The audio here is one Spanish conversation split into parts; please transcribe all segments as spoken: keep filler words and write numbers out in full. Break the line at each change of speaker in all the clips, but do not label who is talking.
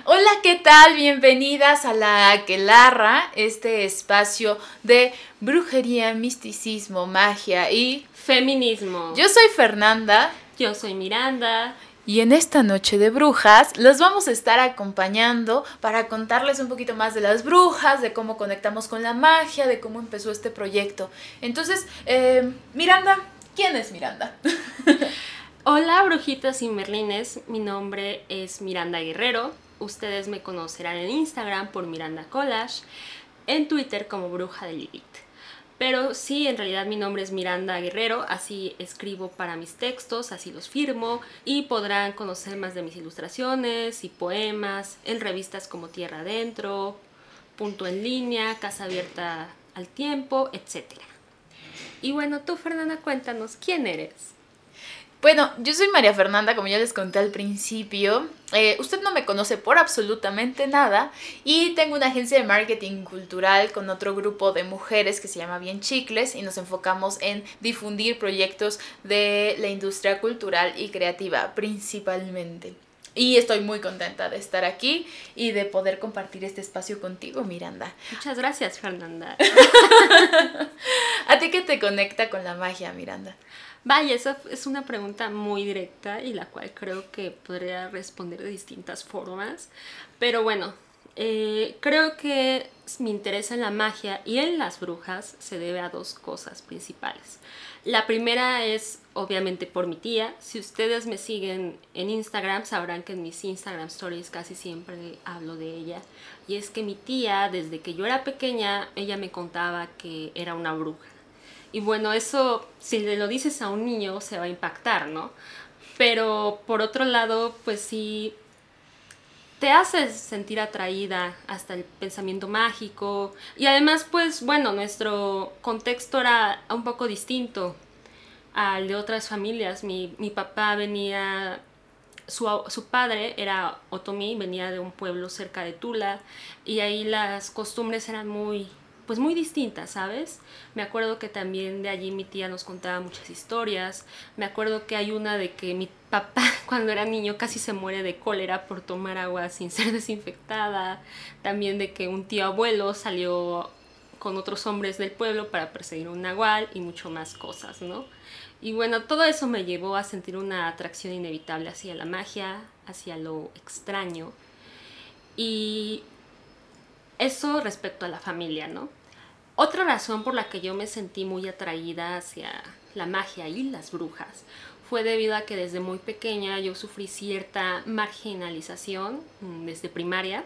Hola, ¿qué tal? Bienvenidas a La Aquelarra, este espacio de brujería, misticismo, magia y
feminismo.
Yo soy Fernanda.
Yo soy Miranda.
Y en esta noche de brujas los vamos a estar acompañando para contarles un poquito más de las brujas, de cómo conectamos con la magia, de cómo empezó este proyecto. Entonces, eh, Miranda, ¿quién es Miranda?
Hola, brujitas y merlines. Mi nombre es Miranda Guerrero. Ustedes me conocerán en Instagram por Miranda Collage, en Twitter como Bruja de Lilith. Pero sí, en realidad mi nombre es Miranda Guerrero, así escribo para mis textos, así los firmo, y podrán conocer más de mis ilustraciones y poemas en revistas como Tierra Adentro, Punto en Línea, Casa Abierta al Tiempo, etcétera. Y bueno, tú, Fernanda, cuéntanos, ¿quién eres?
Bueno, yo soy María Fernanda, como ya les conté al principio. Eh, usted no me conoce por absolutamente nada y tengo una agencia de marketing cultural con otro grupo de mujeres que se llama Bien Chicles y nos enfocamos en difundir proyectos de la industria cultural y creativa principalmente. Y estoy muy contenta de estar aquí y de poder compartir este espacio contigo, Miranda.
Muchas gracias, Fernanda.
¿A ti qué te conecta con la magia, Miranda?
Vaya, esa es una pregunta muy directa y la cual creo que podría responder de distintas formas. Pero bueno, eh, creo que mi interés en la magia y en las brujas se debe a dos cosas principales. La primera es obviamente por mi tía. Si ustedes me siguen en Instagram sabrán que en mis Instagram stories casi siempre hablo de ella. Y es que mi tía, desde que yo era pequeña, ella me contaba que era una bruja. Y bueno, eso, si le lo dices a un niño, se va a impactar, ¿no? Pero por otro lado, pues sí, te haces sentir atraída hasta el pensamiento mágico. Y además, pues bueno, nuestro contexto era un poco distinto al de otras familias. Mi, mi papá venía... Su, su padre era otomí, venía de un pueblo cerca de Tula. Y ahí las costumbres eran muy... pues muy distintas, ¿sabes? Me acuerdo que también de allí mi tía nos contaba muchas historias. Me acuerdo que hay una de que mi papá cuando era niño casi se muere de cólera por tomar agua sin ser desinfectada. También de que un tío abuelo salió con otros hombres del pueblo para perseguir un nahual y mucho más cosas, ¿no? Y bueno, todo eso me llevó a sentir una atracción inevitable hacia la magia, hacia lo extraño. Y eso respecto a la familia, ¿no? Otra razón por la que yo me sentí muy atraída hacia la magia y las brujas fue debido a que desde muy pequeña yo sufrí cierta marginalización desde primaria.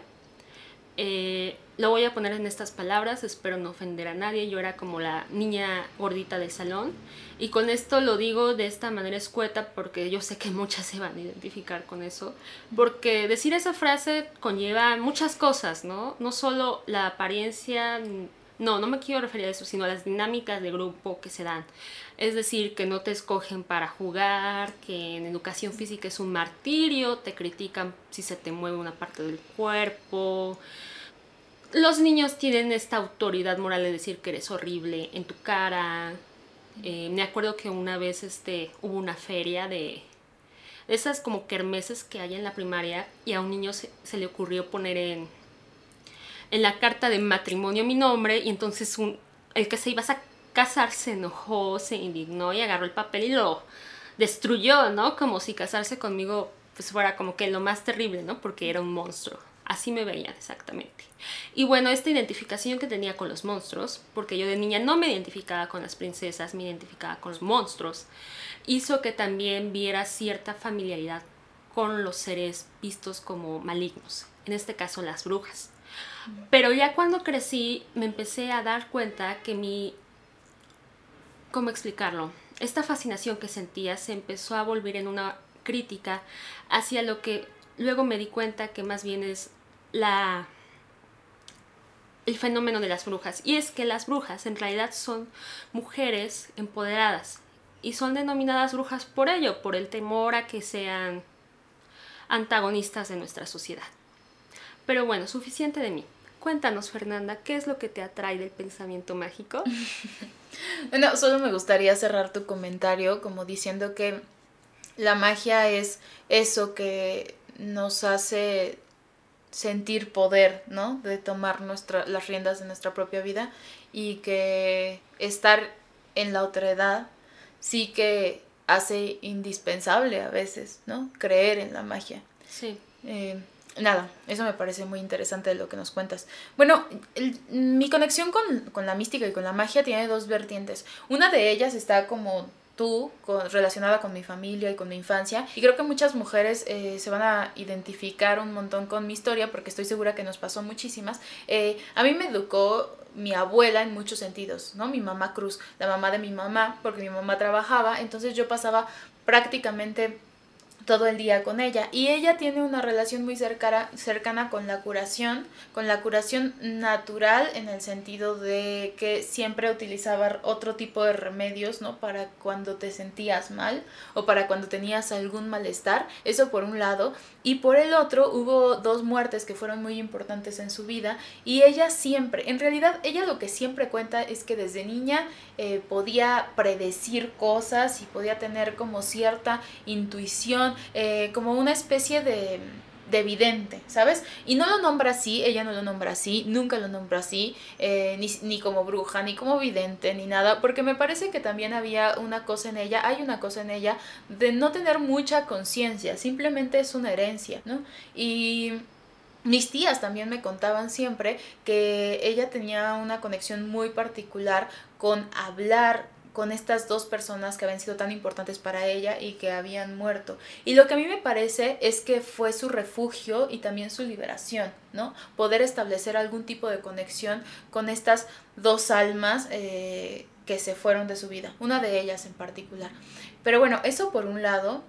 Eh, lo voy a poner en estas palabras, espero no ofender a nadie. Yo era como la niña gordita del salón y con esto lo digo de esta manera escueta porque yo sé que muchas se van a identificar con eso, porque decir esa frase conlleva muchas cosas, ¿no? No solo la apariencia, no, no me quiero referir a eso, sino a las dinámicas de grupo que se dan. Es decir, que no te escogen para jugar, que en educación física es un martirio, te critican si se te mueve una parte del cuerpo. Los niños tienen esta autoridad moral de decir que eres horrible en tu cara. Eh, me acuerdo que una vez este, hubo una feria de, de esas como kermeses que hay en la primaria y a un niño se, se le ocurrió poner en, en la carta de matrimonio mi nombre y entonces un, el que se iba a casar se enojó, se indignó y agarró el papel y lo destruyó, ¿no? Como si casarse conmigo pues fuera como que lo más terrible, ¿no? Porque era un monstruo. Así me veían exactamente. Y bueno, esta identificación que tenía con los monstruos, porque yo de niña no me identificaba con las princesas, me identificaba con los monstruos, hizo que también viera cierta familiaridad con los seres vistos como malignos, en este caso las brujas. Pero ya cuando crecí me empecé a dar cuenta que mi... ¿cómo explicarlo? Esta fascinación que sentía se empezó a volver en una crítica hacia lo que luego me di cuenta que más bien es la... el fenómeno de las brujas. Y es que las brujas en realidad son mujeres empoderadas y son denominadas brujas por ello, por el temor a que sean antagonistas de nuestra sociedad. Pero bueno, suficiente de mí. Cuéntanos, Fernanda, ¿qué es lo que te atrae del pensamiento mágico?
Bueno, solo me gustaría cerrar tu comentario como diciendo que la magia es eso que nos hace sentir poder, ¿no? De tomar nuestra, las riendas de nuestra propia vida, y que estar en la otra edad sí que hace indispensable a veces, ¿no? Creer en la magia.
Sí.
Eh, nada, eso me parece muy interesante de lo que nos cuentas. Bueno, el, mi conexión con, con la mística y con la magia tiene dos vertientes. Una de ellas está como tú, con, relacionada con mi familia y con mi infancia, y creo que muchas mujeres eh, se van a identificar un montón con mi historia, porque estoy segura que nos pasó muchísimas. Eh, a mí me educó mi abuela en muchos sentidos, ¿no? Mi mamá Cruz, la mamá de mi mamá, porque mi mamá trabajaba, entonces yo pasaba prácticamente todo el día con ella, y ella tiene una relación muy cercana, cercana con la curación, con la curación natural, en el sentido de que siempre utilizaba otro tipo de remedios, ¿no? Para cuando te sentías mal o para cuando tenías algún malestar, eso por un lado, y por el otro hubo dos muertes que fueron muy importantes en su vida, y ella siempre, en realidad ella lo que siempre cuenta es que desde niña eh, podía predecir cosas y podía tener como cierta intuición, eh, como una especie de, de vidente, ¿sabes? Y no lo nombra así, ella no lo nombra así, nunca lo nombra así, eh, ni, ni como bruja, ni como vidente, ni nada, porque me parece que también había una cosa en ella, hay una cosa en ella de no tener mucha conciencia, simplemente es una herencia, ¿no? Y mis tías también me contaban siempre que ella tenía una conexión muy particular con hablar con estas dos personas que habían sido tan importantes para ella y que habían muerto. Y lo que a mí me parece es que fue su refugio y también su liberación, ¿no? Poder establecer algún tipo de conexión con estas dos almas eh, que se fueron de su vida, una de ellas en particular. Pero bueno, eso por un lado.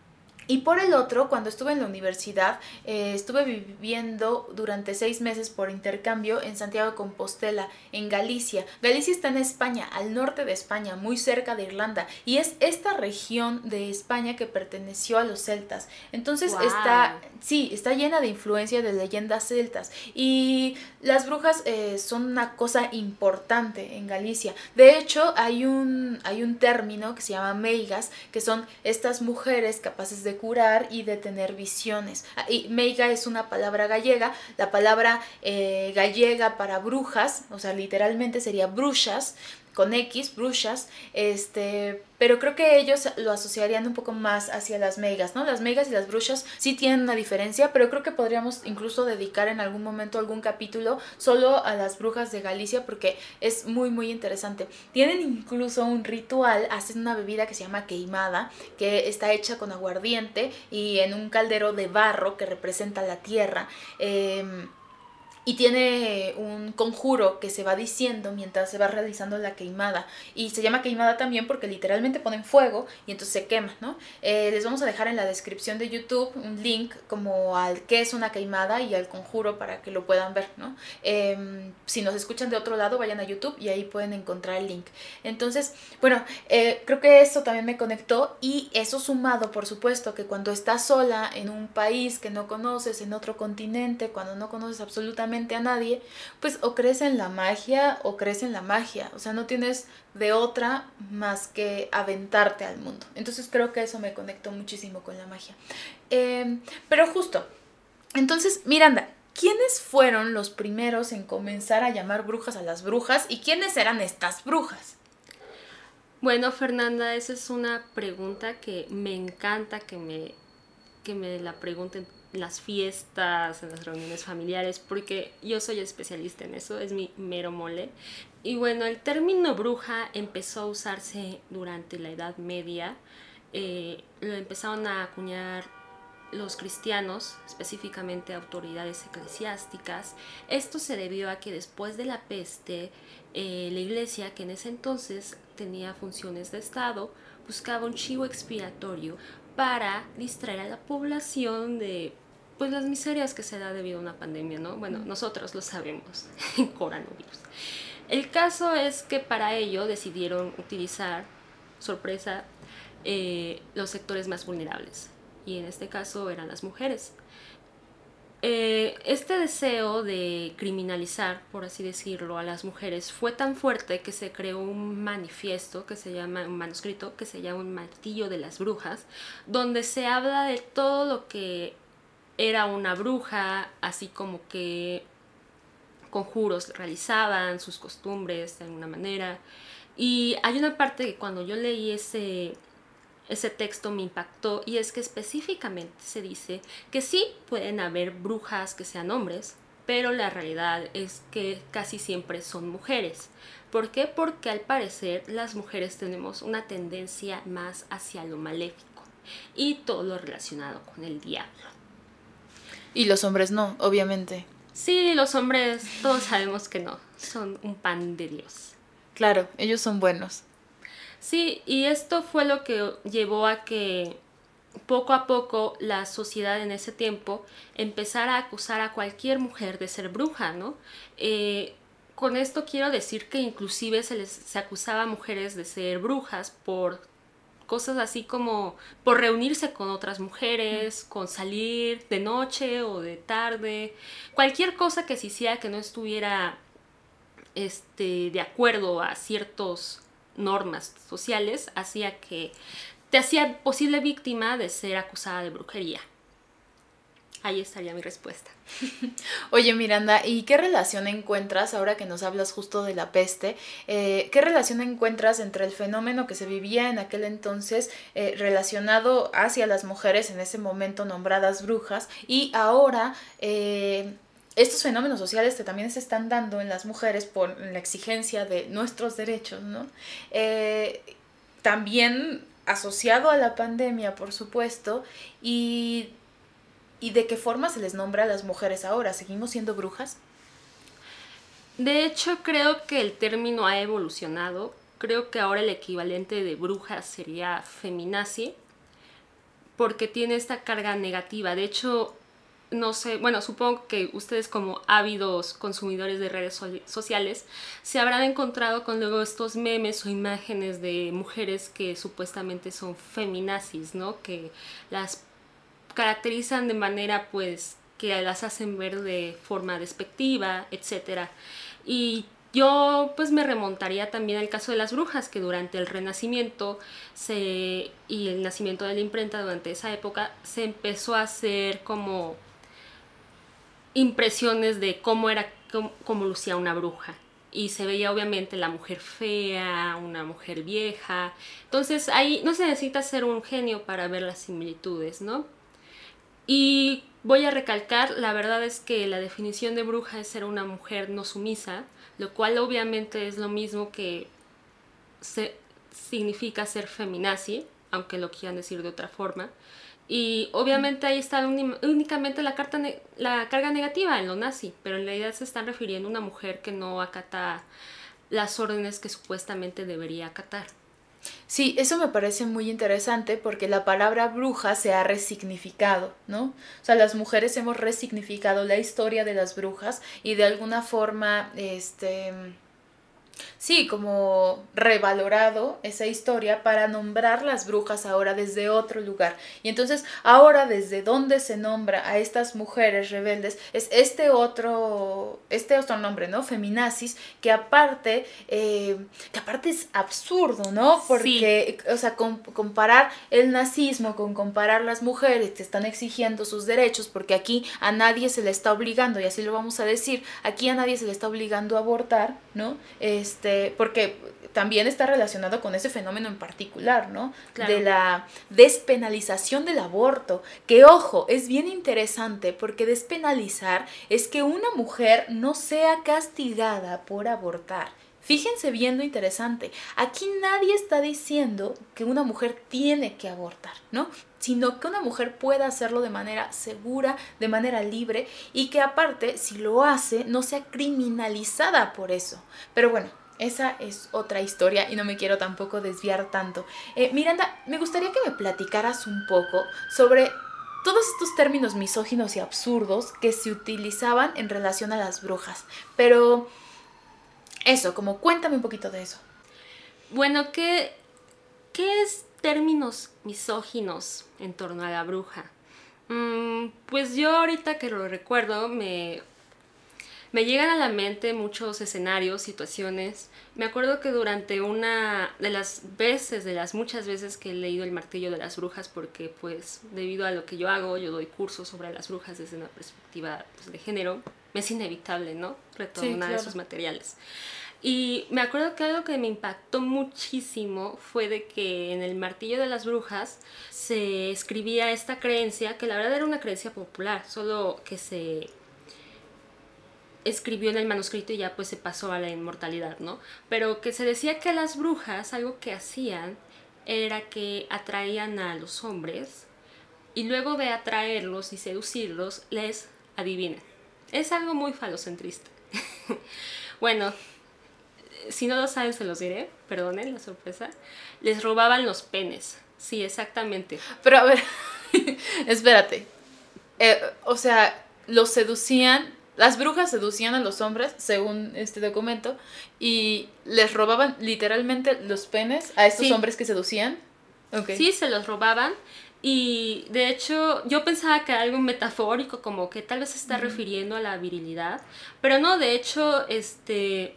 Y por el otro, cuando estuve en la universidad, eh, estuve viviendo durante seis meses por intercambio en Santiago de Compostela, en Galicia. Galicia está en España, al norte de España, muy cerca de Irlanda, y es esta región de España que perteneció a los celtas. Entonces wow. está, sí, está llena de influencia de leyendas celtas, y las brujas eh, son una cosa importante en Galicia. De hecho, hay un, hay un término que se llama meigas, que son estas mujeres capaces de curar y de tener visiones. Y meiga es una palabra gallega, la palabra eh, gallega para brujas, o sea, literalmente sería bruxas, con X, bruxas, este, pero creo que ellos lo asociarían un poco más hacia las meigas, ¿no? Las meigas y las bruxas sí tienen una diferencia, pero creo que podríamos incluso dedicar en algún momento algún capítulo solo a las brujas de Galicia, porque es muy muy interesante. Tienen incluso un ritual, hacen una bebida que se llama queimada, que está hecha con aguardiente y en un caldero de barro que representa la tierra, eh, y tiene un conjuro que se va diciendo mientras se va realizando la queimada, y se llama queimada también porque literalmente ponen fuego y entonces se quema, ¿no? Eh, les vamos a dejar en la descripción de YouTube un link como al qué es una queimada y al conjuro para que lo puedan ver, ¿no? Eh, si nos escuchan de otro lado, vayan a YouTube y ahí pueden encontrar el link. Entonces, bueno, eh, creo que eso también me conectó, y eso sumado, por supuesto, que cuando estás sola en un país que no conoces, en otro continente, cuando no conoces absolutamente a nadie, pues o crees en la magia o crees en la magia, o sea, no tienes de otra más que aventarte al mundo. Entonces creo que eso me conectó muchísimo con la magia. Eh, pero justo, entonces, Miranda, ¿quiénes fueron los primeros en comenzar a llamar brujas a las brujas y quiénes eran estas brujas?
Bueno, Fernanda, esa es una pregunta que me encanta que me, que me la pregunten en las fiestas, en las reuniones familiares, porque yo soy especialista en eso, es mi mero mole. Y bueno, el término bruja empezó a usarse durante la Edad Media, eh, lo empezaron a acuñar los cristianos, específicamente autoridades eclesiásticas. Esto se debió a que después de la peste, eh, la iglesia, que en ese entonces tenía funciones de Estado, buscaba un chivo expiatorio para distraer a la población de pues las miserias que se da debido a una pandemia, ¿no? Bueno, nosotros lo sabemos, coronavirus. El caso es que para ello decidieron utilizar, sorpresa, eh, los sectores más vulnerables, y en este caso eran las mujeres. Eh, este deseo de criminalizar, por así decirlo, a las mujeres fue tan fuerte que se creó un manifiesto que se llama, un manuscrito que se llama Un Martillo de las Brujas, donde se habla de todo lo que era una bruja, así como que conjuros realizaban, sus costumbres de alguna manera. Y hay una parte que cuando yo leí ese, ese texto me impactó, y es que específicamente se dice que sí pueden haber brujas que sean hombres, pero la realidad es que casi siempre son mujeres. ¿Por qué? Porque al parecer las mujeres tenemos una tendencia más hacia lo maléfico y todo lo relacionado con el diablo.
Y los hombres no, obviamente.
Sí, los hombres todos sabemos que no, son un pan de Dios.
Claro, ellos son buenos.
Sí, y esto fue lo que llevó a que poco a poco la sociedad en ese tiempo empezara a acusar a cualquier mujer de ser bruja, ¿no? Eh, con esto quiero decir que inclusive se les se acusaba a mujeres de ser brujas por cosas así como por reunirse con otras mujeres, con salir de noche o de tarde, cualquier cosa que se hiciera que no estuviera este, de acuerdo a ciertas normas sociales, hacía que te hacía posible víctima de ser acusada de brujería. Ahí estaría mi respuesta.
Oye, Miranda, ¿y qué relación encuentras, ahora que nos hablas justo de la peste, eh, qué relación encuentras entre el fenómeno que se vivía en aquel entonces eh, relacionado hacia las mujeres en ese momento nombradas brujas y ahora eh, estos fenómenos sociales que también se están dando en las mujeres por la exigencia de nuestros derechos, ¿no? Eh, también asociado a la pandemia, por supuesto, y... ¿Y de qué forma se les nombra a las mujeres ahora? ¿Seguimos siendo brujas?
De hecho, creo que el término ha evolucionado. Creo que ahora el equivalente de bruja sería feminazi, porque tiene esta carga negativa. De hecho, no sé, bueno, supongo que ustedes como ávidos consumidores de redes so- sociales se habrán encontrado con luego estos memes o imágenes de mujeres que supuestamente son feminazis, ¿no? Que las caracterizan de manera pues que las hacen ver de forma despectiva, etcétera. Y yo pues me remontaría también al caso de las brujas, que durante el Renacimiento se, y el nacimiento de la imprenta durante esa época se empezó a hacer como impresiones de cómo era, cómo, cómo lucía una bruja. Y se veía obviamente la mujer fea, una mujer vieja. Entonces ahí no se necesita ser un genio para ver las similitudes, ¿no? Y voy a recalcar, la verdad es que la definición de bruja es ser una mujer no sumisa, lo cual obviamente es lo mismo que se, significa ser feminazi, aunque lo quieran decir de otra forma. Y obviamente ahí está únicamente la, carta ne- la carga negativa en lo nazi, pero en realidad se están refiriendo a una mujer que no acata las órdenes que supuestamente debería acatar.
Sí, eso me parece muy interesante porque la palabra bruja se ha resignificado, ¿no? O sea, las mujeres hemos resignificado la historia de las brujas y de alguna forma, este... sí, como revalorado esa historia para nombrar las brujas ahora desde otro lugar. Y entonces ahora desde donde se nombra a estas mujeres rebeldes es este otro, este otro nombre, ¿no? Feminazis, que aparte, eh, que aparte es absurdo, ¿no? Porque, sí. O sea, com- comparar el nazismo con comparar las mujeres que están exigiendo sus derechos, porque aquí a nadie se le está obligando, y así lo vamos a decir, aquí a nadie se le está obligando a abortar, ¿no? Este, porque también está relacionado con ese fenómeno en particular, ¿no? Claro. De la despenalización del aborto, que ojo, es bien interesante porque despenalizar es que una mujer no sea castigada por abortar. Fíjense bien lo interesante, aquí nadie está diciendo que una mujer tiene que abortar, ¿no? Sino que una mujer pueda hacerlo de manera segura, de manera libre y que aparte, si lo hace, no sea criminalizada por eso. Pero bueno, esa es otra historia y no me quiero tampoco desviar tanto. Eh, Miranda, me gustaría que me platicaras un poco sobre todos estos términos misóginos y absurdos que se utilizaban en relación a las brujas. Pero eso, como cuéntame un poquito de eso.
Bueno, ¿qué, qué es términos misóginos en torno a la bruja? Mm, pues yo ahorita que lo recuerdo me... Me llegan a la mente muchos escenarios, situaciones. Me acuerdo que durante una de las veces, de las muchas veces que he leído El martillo de las brujas, porque pues debido a lo que yo hago, yo doy cursos sobre las brujas desde una perspectiva pues, de género, me es inevitable, ¿no? Retomar
Sí, claro.
esos materiales. Y me acuerdo que algo que me impactó muchísimo fue de que en El martillo de las brujas se escribía esta creencia, que la verdad era una creencia popular, solo que se escribió en el manuscrito y ya pues se pasó a la inmortalidad, ¿no? Pero que se decía que las brujas, algo que hacían era que atraían a los hombres y luego de atraerlos y seducirlos les adivinen. Es algo muy falocentrista. Bueno, si no lo saben se los diré, perdonen la sorpresa. Les robaban los penes, sí, exactamente.
Pero a ver, espérate. Eh, o sea, los seducían, las brujas seducían a los hombres, según este documento, y les robaban literalmente los penes a estos
Sí.
hombres que seducían. Okay.
Sí, se los robaban. Y de hecho yo pensaba que era algo metafórico, como que tal vez se está uh-huh. refiriendo a la virilidad, pero no, de hecho, este,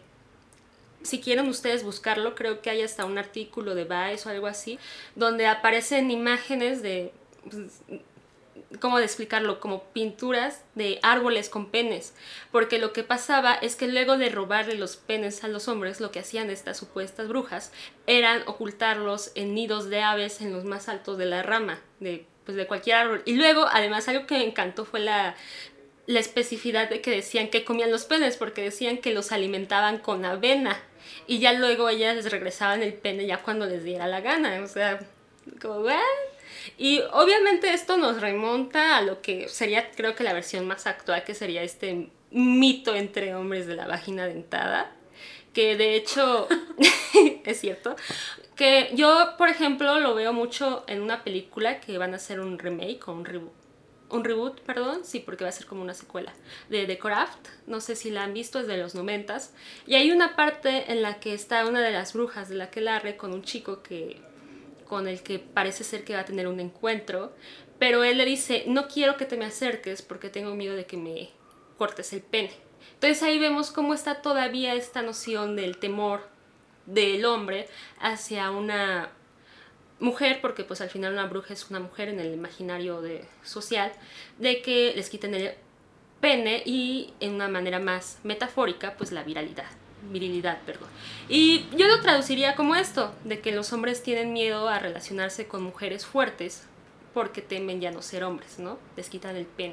si quieren ustedes buscarlo, creo que hay hasta un artículo de Vice o algo así, donde aparecen imágenes de, pues, ¿cómo de explicarlo? Como pinturas de árboles con penes, porque lo que pasaba es que luego de robarle los penes a los hombres, lo que hacían estas supuestas brujas eran ocultarlos en nidos de aves en los más altos de la rama, de, pues de cualquier árbol. Y luego, además, algo que me encantó fue la, la especificidad de que decían que comían los penes, porque decían que los alimentaban con avena, y ya luego ellas les regresaban el pene ya cuando les diera la gana, o sea, como, ¿what? Y obviamente esto nos remonta a lo que sería, creo que la versión más actual, que sería este mito entre hombres de la vagina dentada, que de hecho es cierto, que yo, por ejemplo, lo veo mucho en una película que van a hacer un remake o un reboot, un reboot, perdón, sí, porque va a ser como una secuela de The Craft, no sé si la han visto, es de los noventas, y hay una parte en la que está una de las brujas de la aquelarre con un chico que con el que parece ser que va a tener un encuentro, pero él le dice, no quiero que te me acerques porque tengo miedo de que me cortes el pene. Entonces ahí vemos cómo está todavía esta noción del temor del hombre hacia una mujer, porque pues al final una bruja es una mujer en el imaginario de, social, de que les quiten el pene y en una manera más metafórica, pues la viralidad. virilidad, perdón. Y yo lo traduciría como esto, de que los hombres tienen miedo a relacionarse con mujeres fuertes porque temen ya no ser hombres, ¿no? Les quitan el pene.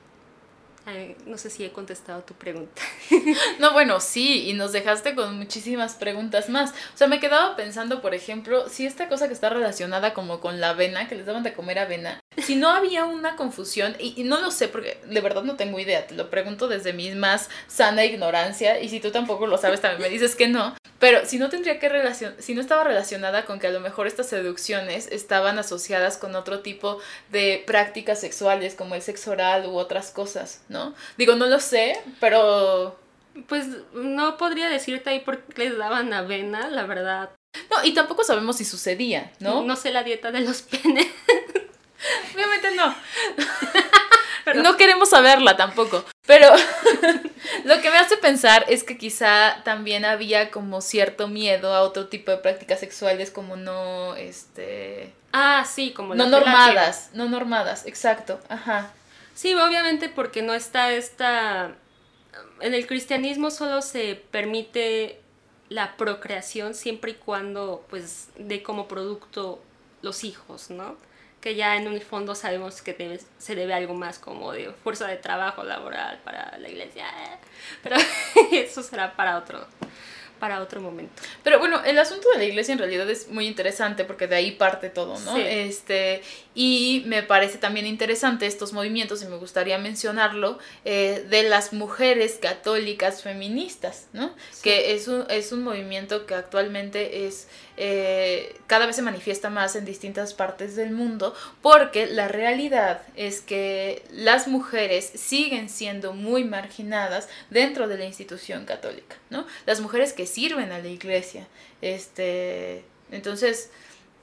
Ay, no sé si he contestado tu pregunta.
No, bueno, sí, y nos dejaste con muchísimas preguntas más. O sea, me quedaba pensando, por ejemplo, si esta cosa que está relacionada como con la avena, que les daban de comer avena, si no había una confusión, y, y no lo sé porque de verdad no tengo idea, te lo pregunto desde mi más sana ignorancia, y si tú tampoco lo sabes también me dices que no, pero si no tendría que relacion- si no estaba relacionada con que a lo mejor estas seducciones estaban asociadas con otro tipo de prácticas sexuales como el sexo oral u otras cosas, ¿no? Digo, no lo sé, pero...
Pues no podría decirte ahí por qué les daban avena, la verdad.
No, y tampoco sabemos si sucedía, ¿no?
No sé la dieta de los penes.
Obviamente no. Pero... no queremos saberla tampoco. Pero lo que me hace pensar es que quizá también había como cierto miedo a otro tipo de prácticas sexuales como no, este...
Ah, sí, como
no
la
normadas, no normadas, exacto, ajá.
Sí, obviamente porque no está esta... En el cristianismo solo se permite la procreación siempre y cuando, pues, dé como producto los hijos, ¿no? Que ya en el fondo sabemos que debe, se debe a algo más como de fuerza de trabajo laboral para la iglesia. Pero eso será para otro, para otro momento.
Pero bueno, el asunto de la iglesia en realidad es muy interesante porque de ahí parte todo, ¿no?
Sí.
Este, y me parece también interesante estos movimientos, y me gustaría mencionarlo, eh, de las mujeres católicas feministas, ¿no? Sí. Que es un, es un movimiento que actualmente es... Eh, cada vez se manifiesta más en distintas partes del mundo, porque la realidad es que las mujeres siguen siendo muy marginadas dentro de la institución católica, ¿no? Las mujeres que sirven a la iglesia, este, entonces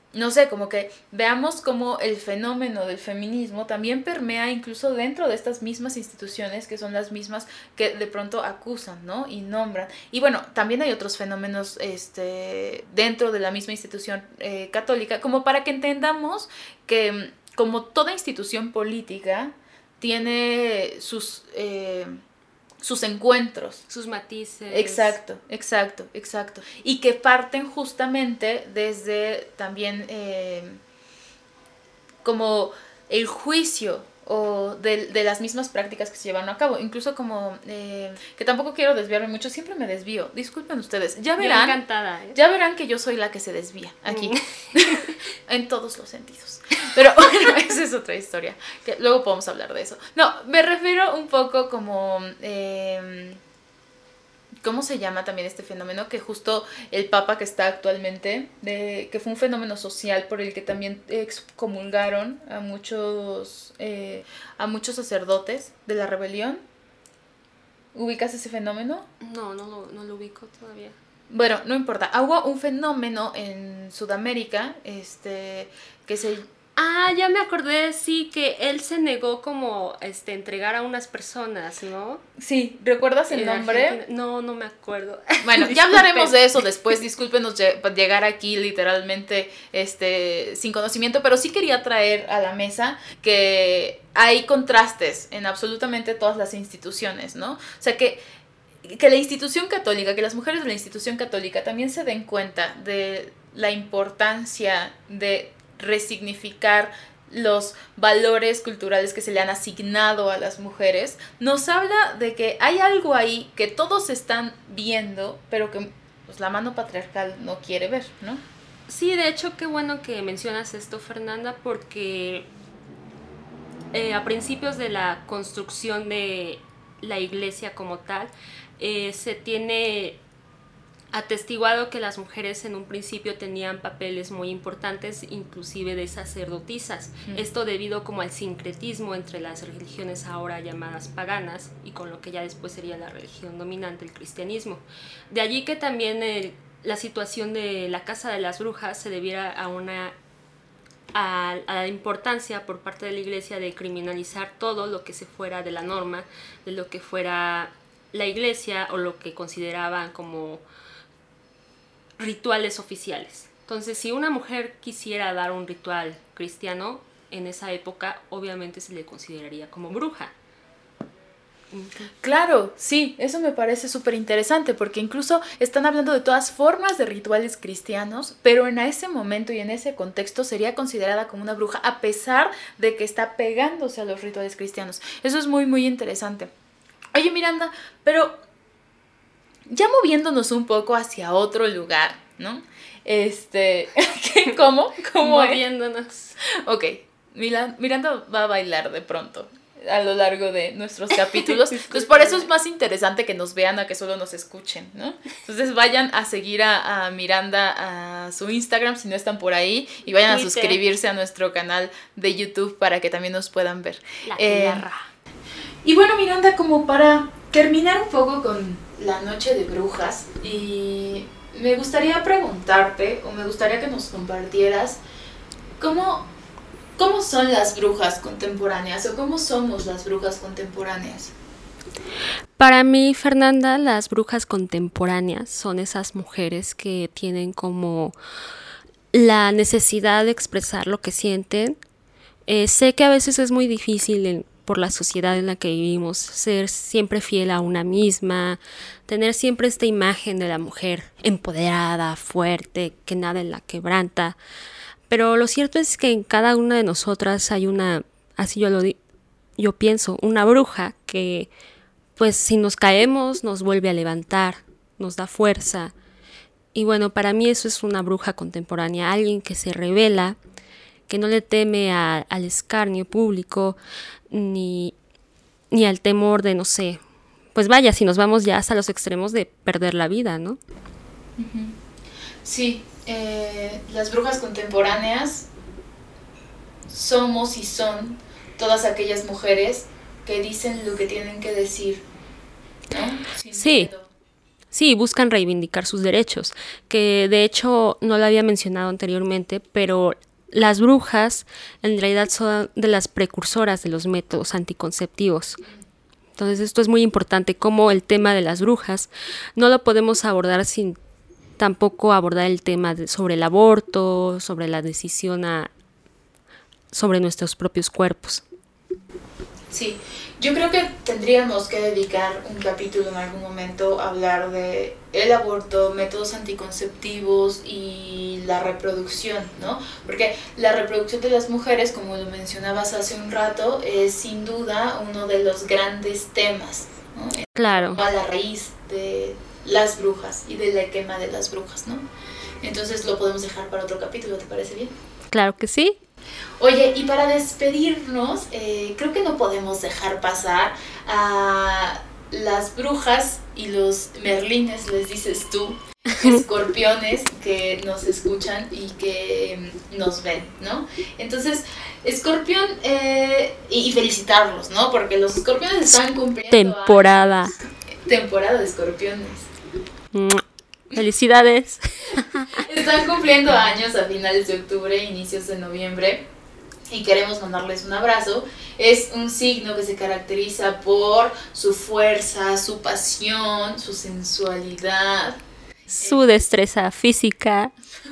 no sé, como que veamos cómo el fenómeno del feminismo también permea incluso dentro de estas mismas instituciones que son las mismas que de pronto acusan, ¿no? Y nombran. Y bueno, también hay otros fenómenos este, dentro de la misma institución eh, católica, como para que entendamos que como toda institución política tiene sus... Eh, sus encuentros.
Sus matices.
Exacto, exacto, exacto. Y que parten justamente desde también eh, como el juicio o de, de las mismas prácticas que se llevan a cabo. Incluso como, eh, que tampoco quiero desviarme mucho, siempre me desvío. Disculpen ustedes. Ya verán.
Yo encantada, ¿eh?
Ya verán que yo soy la que se desvía aquí. Mm. En todos los sentidos. Pero bueno, esa es otra historia, que luego podemos hablar de eso. No, me refiero un poco como... Eh, ¿cómo se llama también este fenómeno? Que justo el Papa que está actualmente, de, que fue un fenómeno social por el que también excomulgaron a muchos, eh, a muchos sacerdotes de la rebelión. ¿Ubicas ese fenómeno?
No, no lo, no lo ubico todavía.
Bueno, no importa. Hubo un fenómeno en Sudamérica, este, que se...
Ah, ya me acordé, sí, que él se negó como este entregar a unas personas, ¿no?
Sí, ¿recuerdas el
En
nombre?
Argentina. No, no me acuerdo.
Bueno, ya hablaremos de eso después, discúlpenos llegar aquí literalmente este, sin conocimiento, pero sí quería traer a la mesa que hay contrastes en absolutamente todas las instituciones, ¿no? O sea, que, que la institución católica, que las mujeres de la institución católica también se den cuenta de la importancia de resignificar los valores culturales que se le han asignado a las mujeres, nos habla de que hay algo ahí que todos están viendo, pero que pues, la mano patriarcal no quiere ver, ¿no?
Sí, de hecho, qué bueno que mencionas esto, Fernanda, porque eh, a principios de la construcción de la iglesia como tal, eh, se tiene atestiguado que las mujeres en un principio tenían papeles muy importantes, inclusive de sacerdotisas. Mm. Esto debido como al sincretismo entre las religiones ahora llamadas paganas y con lo que ya después sería la religión dominante, el cristianismo. De allí que también el, la situación de la Casa de las Brujas se debiera a una a, a la importancia por parte de la iglesia de criminalizar todo lo que se fuera de la norma, de lo que fuera la iglesia o lo que consideraban como rituales oficiales. Entonces, si una mujer quisiera dar un ritual cristiano, en esa época obviamente se le consideraría como bruja.
Claro, sí, eso me parece súper interesante porque incluso están hablando de todas formas de rituales cristianos, pero en ese momento y en ese contexto sería considerada como una bruja a pesar de que está pegándose a los rituales cristianos. Eso es muy, muy interesante. Oye, Miranda, pero ya moviéndonos un poco hacia otro lugar, ¿no? Este, ¿qué? ¿Cómo? ¿Cómo
Moviéndonos.
Es? Ok, Miranda va a bailar de pronto a lo largo de nuestros capítulos. Entonces, por eso es más interesante que nos vean a que solo nos escuchen, ¿no? Entonces, vayan a seguir a, a Miranda a su Instagram si no están por ahí y vayan Twitter. A suscribirse a nuestro canal de YouTube para que también nos puedan ver.
La eh,
y bueno, Miranda, como para terminar un poco con la noche de brujas, y me gustaría preguntarte, o me gustaría que nos compartieras cómo, cómo son las brujas contemporáneas, o cómo somos las brujas contemporáneas.
Para mí, Fernanda, las brujas contemporáneas son esas mujeres que tienen como la necesidad de expresar lo que sienten. Eh, sé que a veces es muy difícil en por la sociedad en la que vivimos, ser siempre fiel a una misma, tener siempre esta imagen de la mujer empoderada, fuerte, que nada la quebranta. Pero lo cierto es que en cada una de nosotras hay una, así yo lo di, yo pienso, una bruja que, pues si nos caemos, nos vuelve a levantar, nos da fuerza. Y bueno, para mí eso es una bruja contemporánea, alguien que se revela, que no le teme a, al escarnio público, ni, ni al temor de, no sé, pues vaya, si nos vamos ya hasta los extremos de perder la vida, ¿no?
Uh-huh. Sí, eh, las brujas contemporáneas somos y son todas aquellas mujeres que dicen lo que tienen que decir, ¿no? Sin
sí,
miedo.
sí, buscan reivindicar sus derechos, que de hecho no lo había mencionado anteriormente, pero las brujas en realidad son de las precursoras de los métodos anticonceptivos. Entonces esto es muy importante, como el tema de las brujas no lo podemos abordar sin tampoco abordar el tema de, sobre el aborto, sobre la decisión a, sobre nuestros propios cuerpos.
Sí, yo creo que tendríamos que dedicar un capítulo en algún momento a hablar de el aborto, métodos anticonceptivos y la reproducción, ¿no? Porque la reproducción de las mujeres, como lo mencionabas hace un rato, es sin duda uno de los grandes temas, ¿no?
Claro.
A la raíz de las brujas y de la quema de las brujas, ¿no? Entonces lo podemos dejar para otro capítulo, ¿te parece bien?
Claro que sí.
Oye, y para despedirnos, eh, creo que no podemos dejar pasar a las brujas y los merlines, les dices tú, escorpiones que nos escuchan y que nos ven, ¿no? Entonces, escorpión, eh, y, y felicitarlos, ¿no? Porque los escorpiones están cumpliendo
temporada.
Años, temporada de escorpiones.
Felicidades.
Están cumpliendo años a finales de octubre, inicios de noviembre, y queremos mandarles un abrazo. Es un signo que se caracteriza por su fuerza, su pasión, su sensualidad,
su destreza física.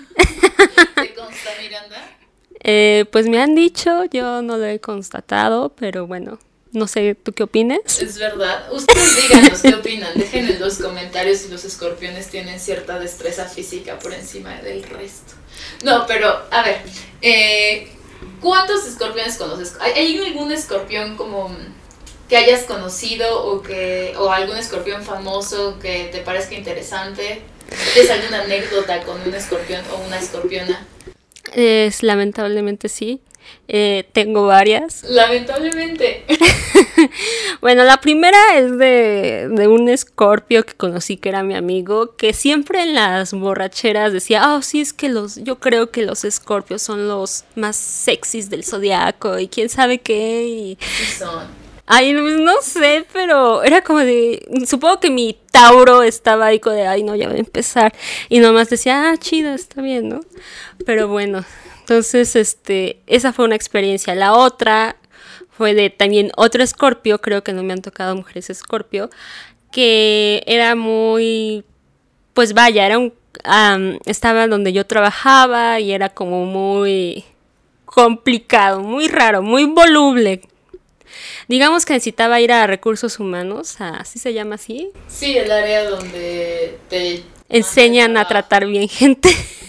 ¿Te consta, Miranda?
Eh, pues me han dicho, yo no lo he constatado, pero bueno, no sé, ¿tú qué opinas?
Es verdad. Ustedes díganos qué opinan. Dejen en los comentarios si los escorpiones tienen cierta destreza física por encima del resto. No, pero, a ver, eh, ¿cuántos escorpiones conoces? ¿Hay, ¿Hay algún escorpión como que hayas conocido o que o algún escorpión famoso que te parezca interesante? ¿Tienes alguna anécdota con un escorpión o una escorpiona?
Es, lamentablemente sí. Eh, tengo varias.
Lamentablemente.
Bueno, la primera es de, de un escorpio que conocí que era mi amigo, que siempre en las borracheras decía, oh sí, es que los, yo creo que los escorpios son los más sexys del zodiaco y quién sabe qué. Y...
Sí son.
Ay, no, no sé, pero era como de, supongo que mi Tauro estaba ahí como de, ay no, ya va a empezar. Y nomás decía, ah, chido, está bien, ¿no? Pero bueno, entonces, este, esa fue una experiencia. La otra fue de también otro escorpio, creo que no me han tocado mujeres escorpio, que era muy, pues vaya, era un, um, estaba donde yo trabajaba y era como muy complicado, muy raro, muy voluble. Digamos que necesitaba ir a recursos humanos, ¿así se llama así?
Sí, el área donde te
enseñan a tratar bien gente.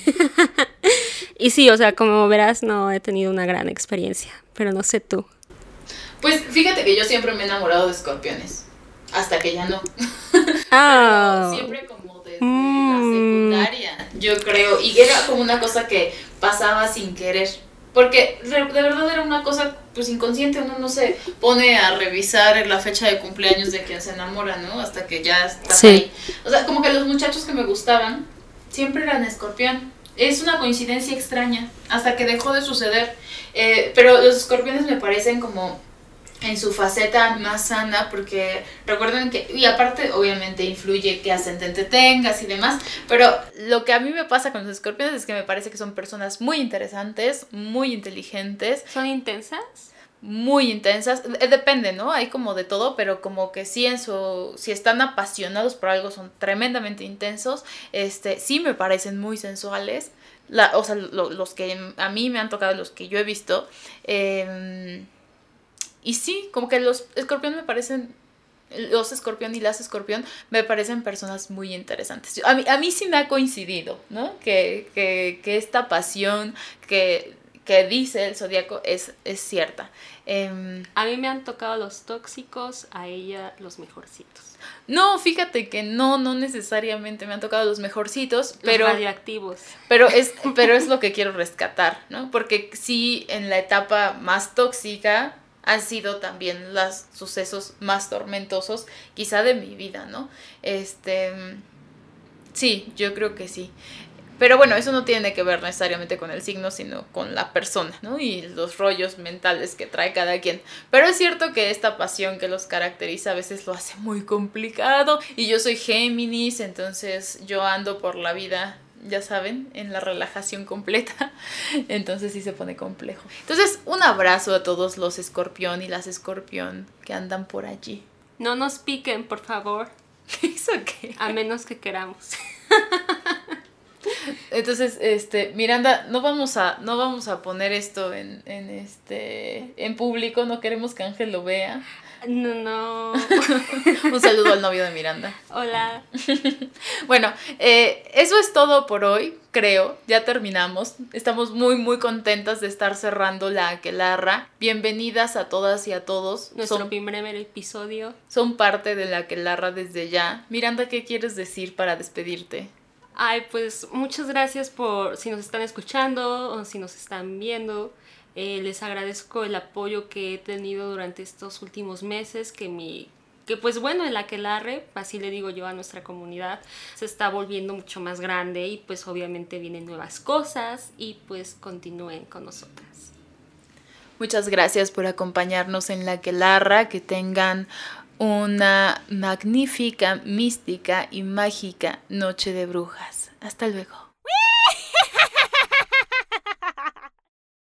Y sí, o sea, como verás, no he tenido una gran experiencia, pero no sé tú.
Pues fíjate que yo siempre me he enamorado de escorpiones, hasta que ya no.
Oh.
Siempre como desde mm. la secundaria, yo creo, y era como una cosa que pasaba sin querer. Porque de verdad era una cosa pues inconsciente, uno no se pone a revisar la fecha de cumpleaños de quien se enamora, ¿no? Hasta que ya estás sí. ahí. O sea, como que los muchachos que me gustaban siempre eran escorpión. Es una coincidencia extraña, hasta que dejó de suceder. Eh, pero los escorpiones me parecen como en su faceta más sana, porque recuerden que, y aparte obviamente influye qué ascendente tengas y demás, pero lo que a mí me pasa con los escorpiones es que me parece que son personas muy interesantes, muy inteligentes.
¿Son intensas?
Muy intensas, depende, ¿no? Hay como de todo, pero como que sí en su, si están apasionados por algo son tremendamente intensos, este, sí me parecen muy sensuales, la, o sea, lo, los que a mí me han tocado, los que yo he visto, eh, y sí, como que los escorpión me parecen, los escorpión y las escorpión me parecen personas muy interesantes. A mí, a mí sí me ha coincidido, ¿no? Que, que, que esta pasión que, que dice el zodiaco es, es cierta. Eh,
a mí me han tocado los tóxicos, a ella los mejorcitos.
No, fíjate que no, no necesariamente me han tocado los mejorcitos,
los
pero
radioactivos.
Pero es, pero es lo que quiero rescatar, ¿no? Porque sí, en la etapa más tóxica han sido también los sucesos más tormentosos, quizá de mi vida, ¿no? Este, sí, yo creo que sí. Pero bueno, eso no tiene que ver necesariamente con el signo, sino con la persona, ¿no? Y los rollos mentales que trae cada quien. Pero es cierto que esta pasión que los caracteriza a veces lo hace muy complicado. Y yo soy Géminis, entonces yo ando por la vida, ya saben, en la relajación completa. Entonces sí se pone complejo. Entonces, un abrazo a todos los escorpión y las escorpión que andan por allí.
No nos piquen, por favor.
¿Eso qué?
A menos que queramos.
Entonces, este, Miranda, no vamos a, no vamos a poner esto en, en este, en público, no queremos que Ángel lo vea.
No, no.
Un saludo al novio de Miranda.
Hola.
Bueno, eh, eso es todo por hoy, creo. Ya terminamos. Estamos muy, muy contentas de estar cerrando la Aquelarra. Bienvenidas a todas y a todos.
Nuestro
son,
primer episodio.
Son parte de la Aquelarra desde ya. Miranda, ¿qué quieres decir para despedirte?
Ay, pues muchas gracias por si nos están escuchando o si nos están viendo. Eh, les agradezco el apoyo que he tenido durante estos últimos meses, que mi que pues bueno, el Aquelarre, así le digo yo a nuestra comunidad, se está volviendo mucho más grande y pues obviamente vienen nuevas cosas y pues continúen con nosotras.
Muchas gracias por acompañarnos en la Aquelarra, que tengan una magnífica, mística y mágica noche de brujas. Hasta luego.